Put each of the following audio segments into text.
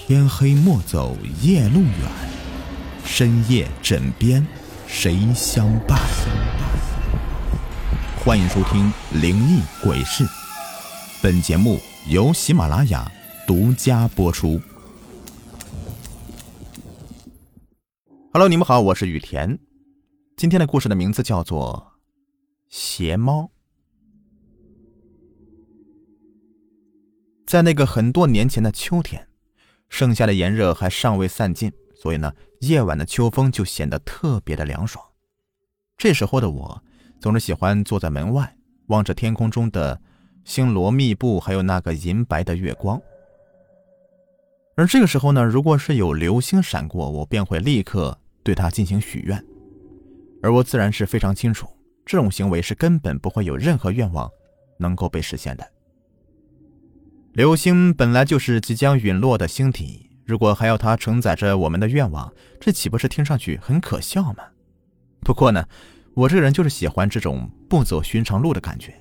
天黑莫走夜路远，深夜枕边谁相伴。欢迎收听灵异鬼事，本节目由喜马拉雅独家播出。Hello， 你们好，我是雨田。今天的故事的名字叫做邪猫。在那个很多年前的秋天，盛夏的炎热还尚未散尽，所以呢，夜晚的秋风就显得特别的凉爽。这时候的我总是喜欢坐在门外，望着天空中的星罗密布，还有那个银白的月光。而这个时候呢，如果是有流星闪过，我便会立刻对它进行许愿。而我自然是非常清楚，这种行为是根本不会有任何愿望能够被实现的。流星本来就是即将陨落的星体，如果还要它承载着我们的愿望，这岂不是听上去很可笑吗？不过呢，我这个人就是喜欢这种不走寻常路的感觉。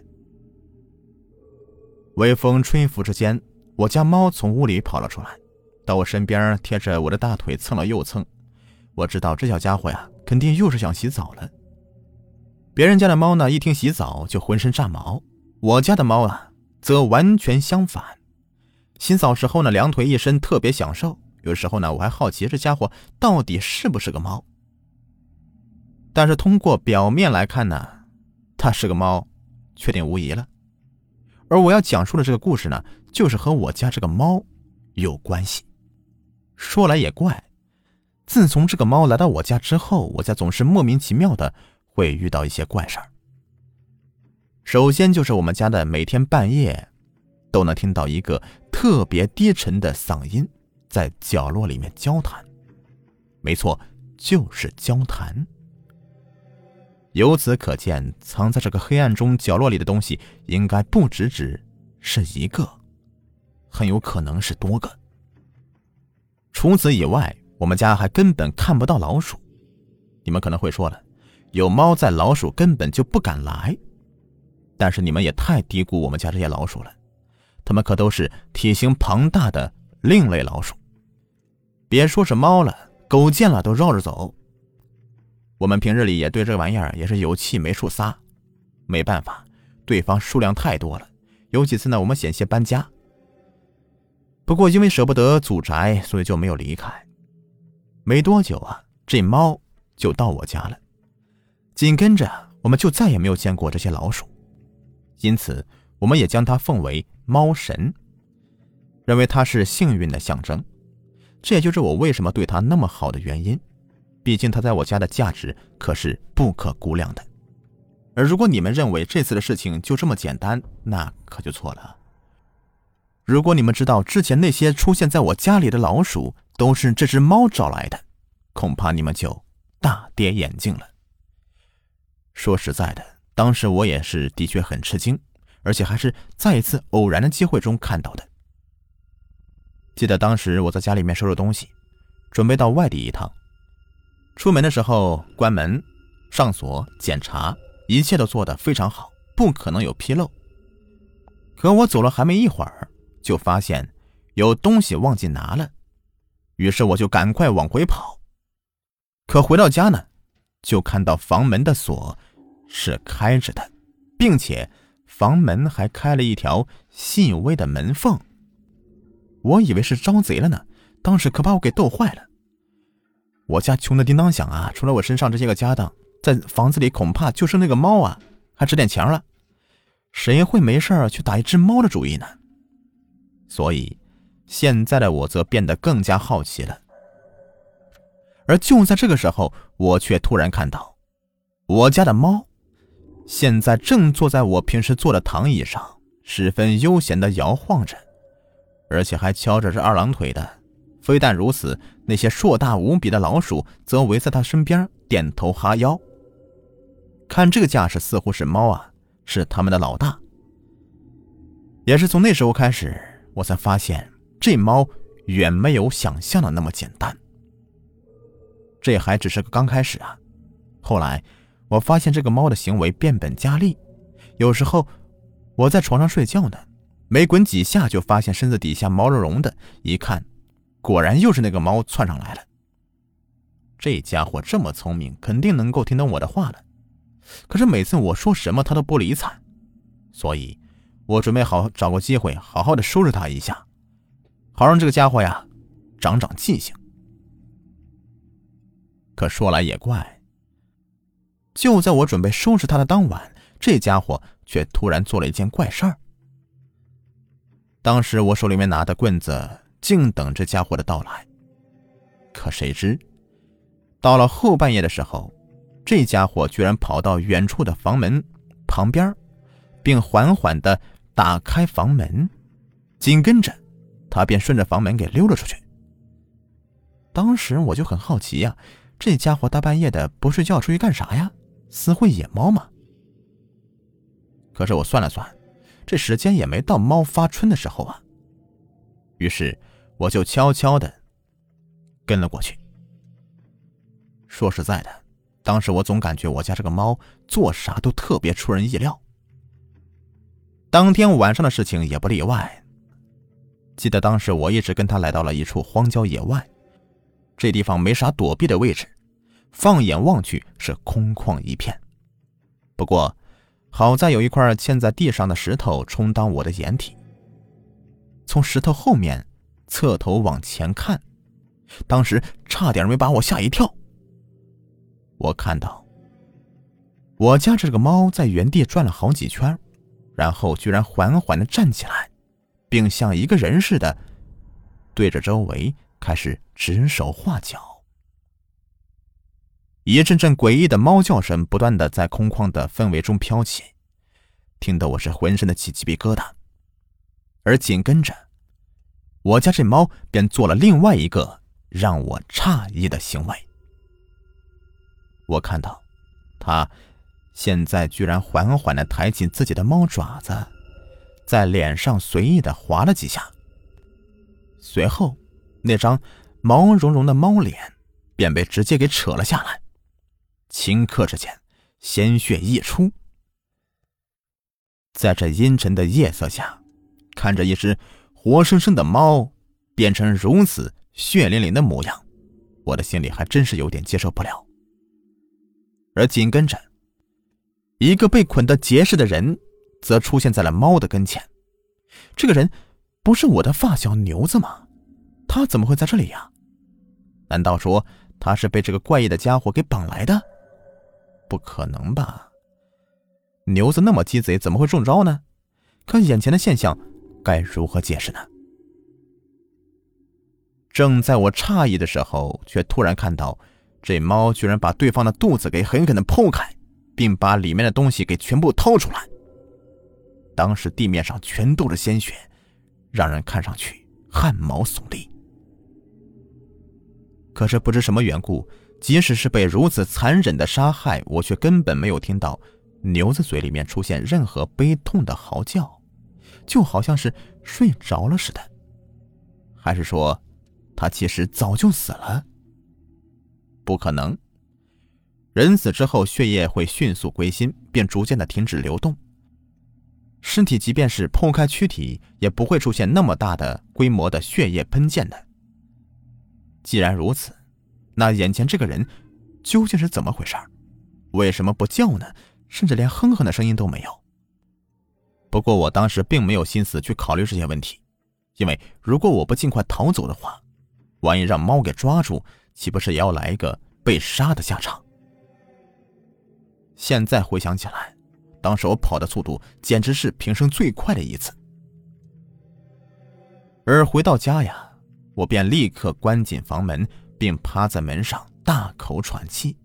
微风吹拂之间，我家猫从屋里跑了出来，到我身边贴着我的大腿蹭了又蹭。我知道这小家伙呀，肯定又是想洗澡了。别人家的猫呢，一听洗澡就浑身炸毛，我家的猫啊，则完全相反。洗澡时候呢，两腿一伸，特别享受。有时候呢，我还好奇这家伙到底是不是个猫。但是通过表面来看呢，它是个猫，确定无疑了。而我要讲述的这个故事呢，就是和我家这个猫有关系。说来也怪，自从这个猫来到我家之后，我家总是莫名其妙的会遇到一些怪事儿。首先就是我们家的每天半夜都能听到一个特别低沉的嗓音在角落里面交谈。没错，就是交谈。由此可见，藏在这个黑暗中角落里的东西应该不只是一个，很有可能是多个。除此以外，我们家还根本看不到老鼠。你们可能会说了，有猫在，老鼠根本就不敢来。但是你们也太低估我们家这些老鼠了，它们可都是体型庞大的另类老鼠。别说是猫了，狗见了都绕着走。我们平日里也对这个玩意儿也是有气没处撒，没办法，对方数量太多了。有几次呢，我们险些搬家，不过因为舍不得祖宅，所以就没有离开。没多久啊，这猫就到我家了，紧跟着我们就再也没有见过这些老鼠，因此我们也将它奉为猫神，认为它是幸运的象征。这也就是我为什么对它那么好的原因，毕竟它在我家的价值可是不可估量的。而如果你们认为这次的事情就这么简单，那可就错了。如果你们知道之前那些出现在我家里的老鼠都是这只猫找来的，恐怕你们就大跌眼镜了。说实在的，当时我也是的确很吃惊，而且还是在一次偶然的机会中看到的。记得当时我在家里面收拾东西，准备到外地一趟。出门的时候关门、上锁、检查，一切都做得非常好，不可能有纰漏。可我走了还没一会儿，就发现有东西忘记拿了，于是我就赶快往回跑。可回到家呢，就看到房门的锁是开着的，并且房门还开了一条细微的门缝。我以为是招贼了呢，当时可把我给逗坏了。我家穷的叮当响啊，除了我身上这些个家当，在房子里恐怕就剩那个猫啊，还值点钱了。谁会没事去打一只猫的主意呢？所以现在的我则变得更加好奇了。而就在这个时候，我却突然看到我家的猫现在正坐在我平时坐的躺椅上，十分悠闲地摇晃着，而且还敲着这二郎腿的。非但如此，那些硕大无比的老鼠则围在他身边点头哈腰。看这个架势，似乎是猫啊是他们的老大。也是从那时候开始，我才发现这猫远没有想象的那么简单。这还只是个刚开始啊。后来我发现这个猫的行为变本加厉，有时候我在床上睡觉呢，没滚几下就发现身子底下毛茸茸的，一看果然又是那个猫窜上来了。这家伙这么聪明，肯定能够听懂我的话了。可是每次我说什么他都不理睬，所以我准备好找个机会好好的收拾他一下，好让这个家伙呀长长记性。可说来也怪，就在我准备收拾他的当晚，这家伙却突然做了一件怪事儿。当时我手里面拿的棍子静等这家伙的到来，可谁知到了后半夜的时候，这家伙居然跑到远处的房门旁边，并缓缓地打开房门，紧跟着他便顺着房门给溜了出去。当时我就很好奇呀，这家伙大半夜的不睡觉出去干啥呀？私会野猫吗？可是我算了算，这时间也没到猫发春的时候啊。于是我就悄悄地跟了过去。说实在的，当时我总感觉我家这个猫做啥都特别出人意料。当天晚上的事情也不例外。记得当时我一直跟他来到了一处荒郊野外，这地方没啥躲避的位置，放眼望去是空旷一片。不过好在有一块嵌在地上的石头充当我的掩体。从石头后面侧头往前看，当时差点没把我吓一跳。我看到我家这个猫在原地转了好几圈，然后居然缓缓地站起来，并像一个人似的对着周围开始指手画脚。一阵阵诡异的猫叫声不断地在空旷的氛围中飘起，听得我是浑身的起鸡皮疙瘩。而紧跟着我家这猫便做了另外一个让我诧异的行为。我看到它现在居然缓缓地抬起自己的猫爪子，在脸上随意地划了几下，随后那张毛茸茸的猫脸便被直接给扯了下来，顷刻之间鲜血溢出。在这阴沉的夜色下，看着一只活生生的猫变成如此血淋淋的模样，我的心里还真是有点接受不了。而紧跟着一个被捆得结实的人则出现在了猫的跟前。这个人不是我的发小牛子吗？他怎么会在这里呀？难道说他是被这个怪异的家伙给绑来的？不可能吧，牛子那么鸡贼，怎么会中招呢？可眼前的现象该如何解释呢？正在我诧异的时候，却突然看到这猫居然把对方的肚子给狠狠地剖开，并把里面的东西给全部掏出来。当时地面上全都是鲜血，让人看上去汗毛耸立。可是不知什么缘故，即使是被如此残忍的杀害，我却根本没有听到牛子嘴里面出现任何悲痛的嚎叫，就好像是睡着了似的。还是说他其实早就死了？不可能，人死之后血液会迅速归心，并逐渐的停止流动，身体即便是剖开躯体也不会出现那么大的规模的血液喷溅的。既然如此，那眼前这个人究竟是怎么回事？为什么不叫呢？甚至连哼哼的声音都没有。不过我当时并没有心思去考虑这些问题，因为如果我不尽快逃走的话，万一让猫给抓住，岂不是也要来一个被杀的下场？现在回想起来，当时我跑的速度简直是平生最快的一次。而回到家呀，我便立刻关紧房门，并趴在门上大口喘气。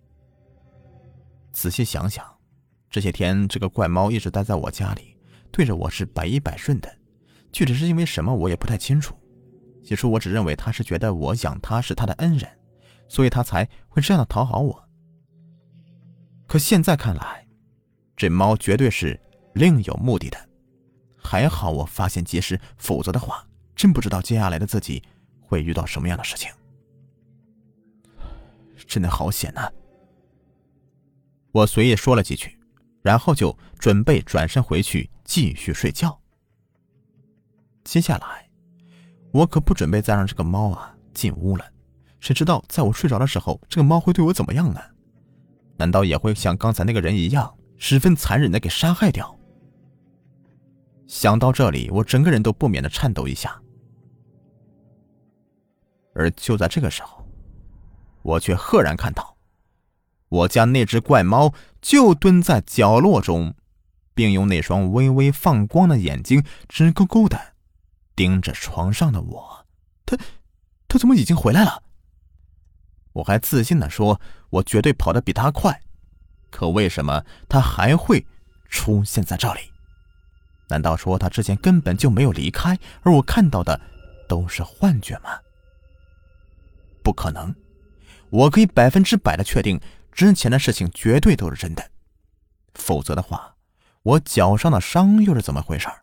仔细想想，这些天这个怪猫一直待在我家里，对着我是百依百顺的，具体是因为什么我也不太清楚。起初我只认为他是觉得我养他是他的恩人，所以他才会这样的讨好我。可现在看来，这猫绝对是另有目的的。还好我发现及时，否则的话真不知道接下来的自己会遇到什么样的事情。真的好险啊！我随意说了几句，然后就准备转身回去继续睡觉。接下来我可不准备再让这个猫进屋了，谁知道在我睡着的时候，这个猫会对我怎么样呢？难道也会像刚才那个人一样，十分残忍的给杀害掉？想到这里，我整个人都不免的颤抖一下。而就在这个时候，我却赫然看到，我家那只怪猫就蹲在角落中，并用那双微微放光的眼睛直勾勾的盯着床上的我。他怎么已经回来了？我还自信地说我绝对跑得比他快，可为什么他还会出现在这里？难道说他之前根本就没有离开，而我看到的都是幻觉吗？不可能，我可以100%的确定之前的事情绝对都是真的，否则的话，我脚上的伤又是怎么回事？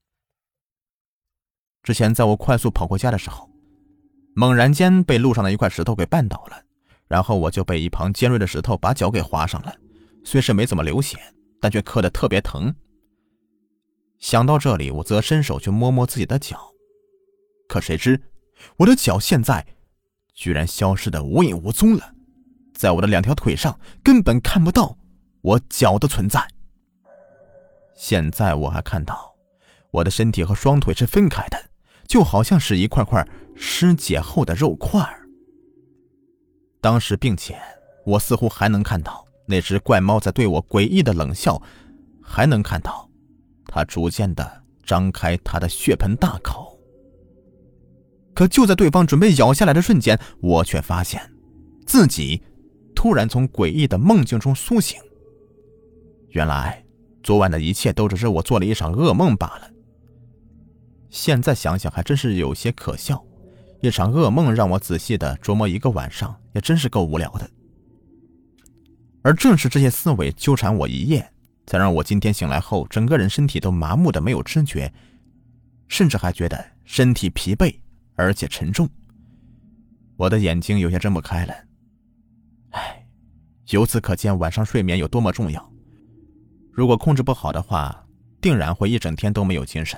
之前在我快速跑回家的时候，猛然间被路上的一块石头给绊倒了，然后我就被一旁尖锐的石头把脚给划上了，虽是没怎么流血，但却磕得特别疼。想到这里，我则伸手去摸摸自己的脚，可谁知我的脚现在居然消失得无影无踪了，在我的2条腿上根本看不到我脚的存在。现在我还看到我的身体和双腿是分开的，就好像是一块块尸解后的肉块。当时并且我似乎还能看到那只怪猫在对我诡异的冷笑，还能看到它逐渐地张开它的血盆大口。可就在对方准备咬下来的瞬间，我却发现自己突然从诡异的梦境中苏醒。原来昨晚的一切都只是我做了一场噩梦罢了。现在想想还真是有些可笑，一场噩梦让我仔细地琢磨一个晚上，也真是够无聊的。而正是这些思维纠缠我一夜，才让我今天醒来后整个人身体都麻木的没有知觉，甚至还觉得身体疲惫而且沉重。我的眼睛有些睁不开了。由此可见晚上睡眠有多么重要，如果控制不好的话，定然会一整天都没有精神。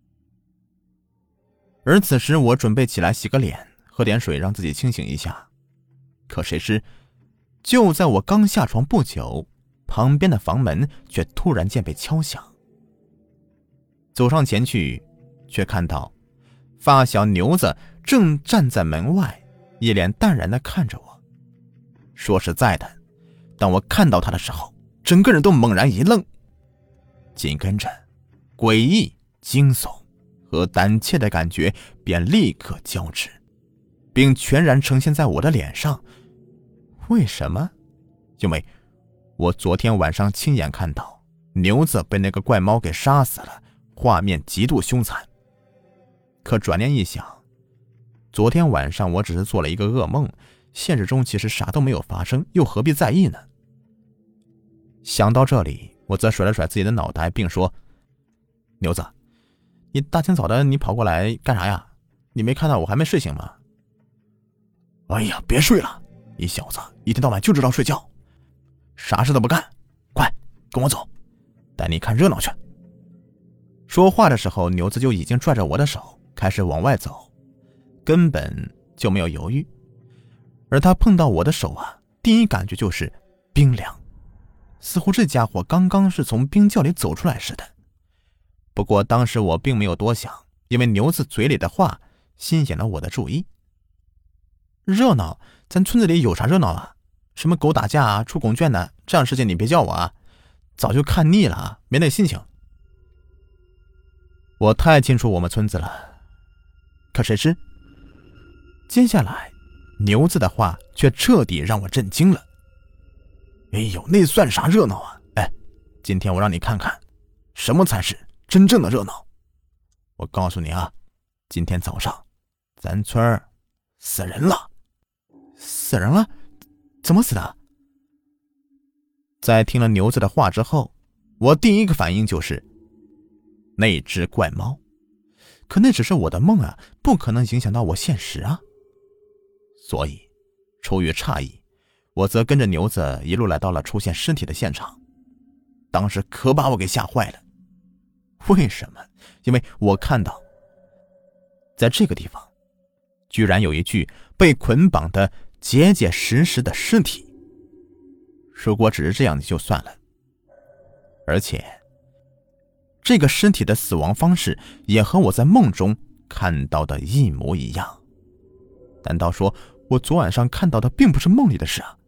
而此时我准备起来洗个脸，喝点水让自己清醒一下，可谁知就在我刚下床不久，旁边的房门却突然间被敲响。走上前去，却看到发小牛子正站在门外，一脸淡然地看着我。说实在的，当我看到他的时候，整个人都猛然一愣，紧跟着诡异、惊悚和胆怯的感觉便立刻交织，并全然呈现在我的脸上。为什么？因为我昨天晚上亲眼看到牛子被那个怪猫给杀死了，画面极度凶残。可转念一想，昨天晚上我只是做了一个噩梦，现实中其实啥都没有发生，又何必在意呢？想到这里，我则甩了甩自己的脑袋，并说：牛子，你大清早的你跑过来干啥呀？你没看到我还没睡醒吗？哎呀，别睡了，你小子一天到晚就知道睡觉，啥事都不干，快跟我走，带你看热闹去。说话的时候，牛子就已经拽着我的手开始往外走，根本就没有犹豫。而他碰到我的手第一感觉就是冰凉，似乎这家伙刚刚是从冰窖里走出来似的。不过当时我并没有多想，因为牛子嘴里的话吸引了我的注意。热闹？咱村子里有啥热闹啊？什么狗打架出拱圈的，这样事情你别叫我早就看腻了没那心情。我太清楚我们村子了。可谁知接下来牛子的话却彻底让我震惊了。哎呦，那算啥热闹啊？今天我让你看看什么才是真正的热闹。我告诉你今天早上咱村死人了。死人了？怎么死的？在听了牛子的话之后，我第一个反应就是那只怪猫。可那只是我的梦不可能影响到我现实所以出于诧异，我则跟着牛子一路来到了出现尸体的现场。当时可把我给吓坏了。为什么？因为我看到在这个地方居然有一具被捆绑的结结实实的尸体。如果只是这样就算了，而且这个尸体的死亡方式也和我在梦中看到的一模一样。难道说我昨晚上看到的并不是梦里的事啊？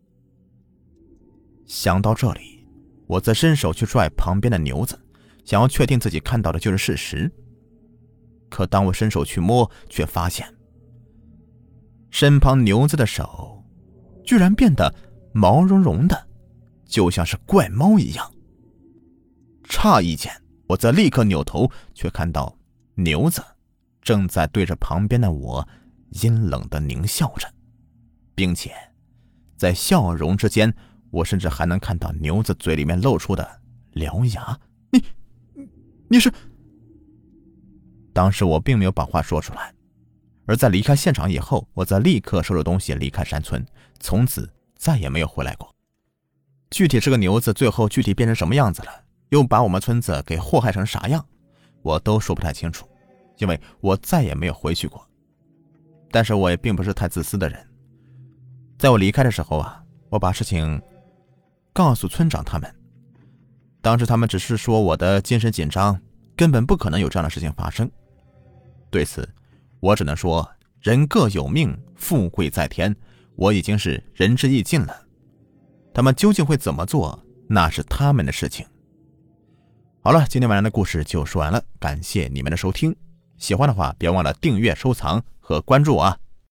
想到这里，我则伸手去拽旁边的牛子，想要确定自己看到的就是事实。可当我伸手去摸，却发现身旁牛子的手居然变得毛茸茸的，就像是怪猫一样。诧异间，我则立刻扭头，却看到牛子正在对着旁边的我阴冷地狞笑着，并且在笑容之间，我甚至还能看到牛子嘴里面露出的獠牙。你是……当时我并没有把话说出来，而在离开现场以后，我则立刻收拾东西离开山村，从此再也没有回来过。具体这个牛子最后具体变成什么样子了，又把我们村子给祸害成啥样，我都说不太清楚，因为我再也没有回去过。但是我也并不是太自私的人，在我离开的时候啊，我把事情告诉村长他们，当时他们只是说我的精神紧张，根本不可能有这样的事情发生。对此我只能说，人各有命，富贵在天，我已经是仁至义尽了，他们究竟会怎么做，那是他们的事情。好了，今天晚上的故事就说完了，感谢你们的收听，喜欢的话别忘了订阅、收藏和关注我啊。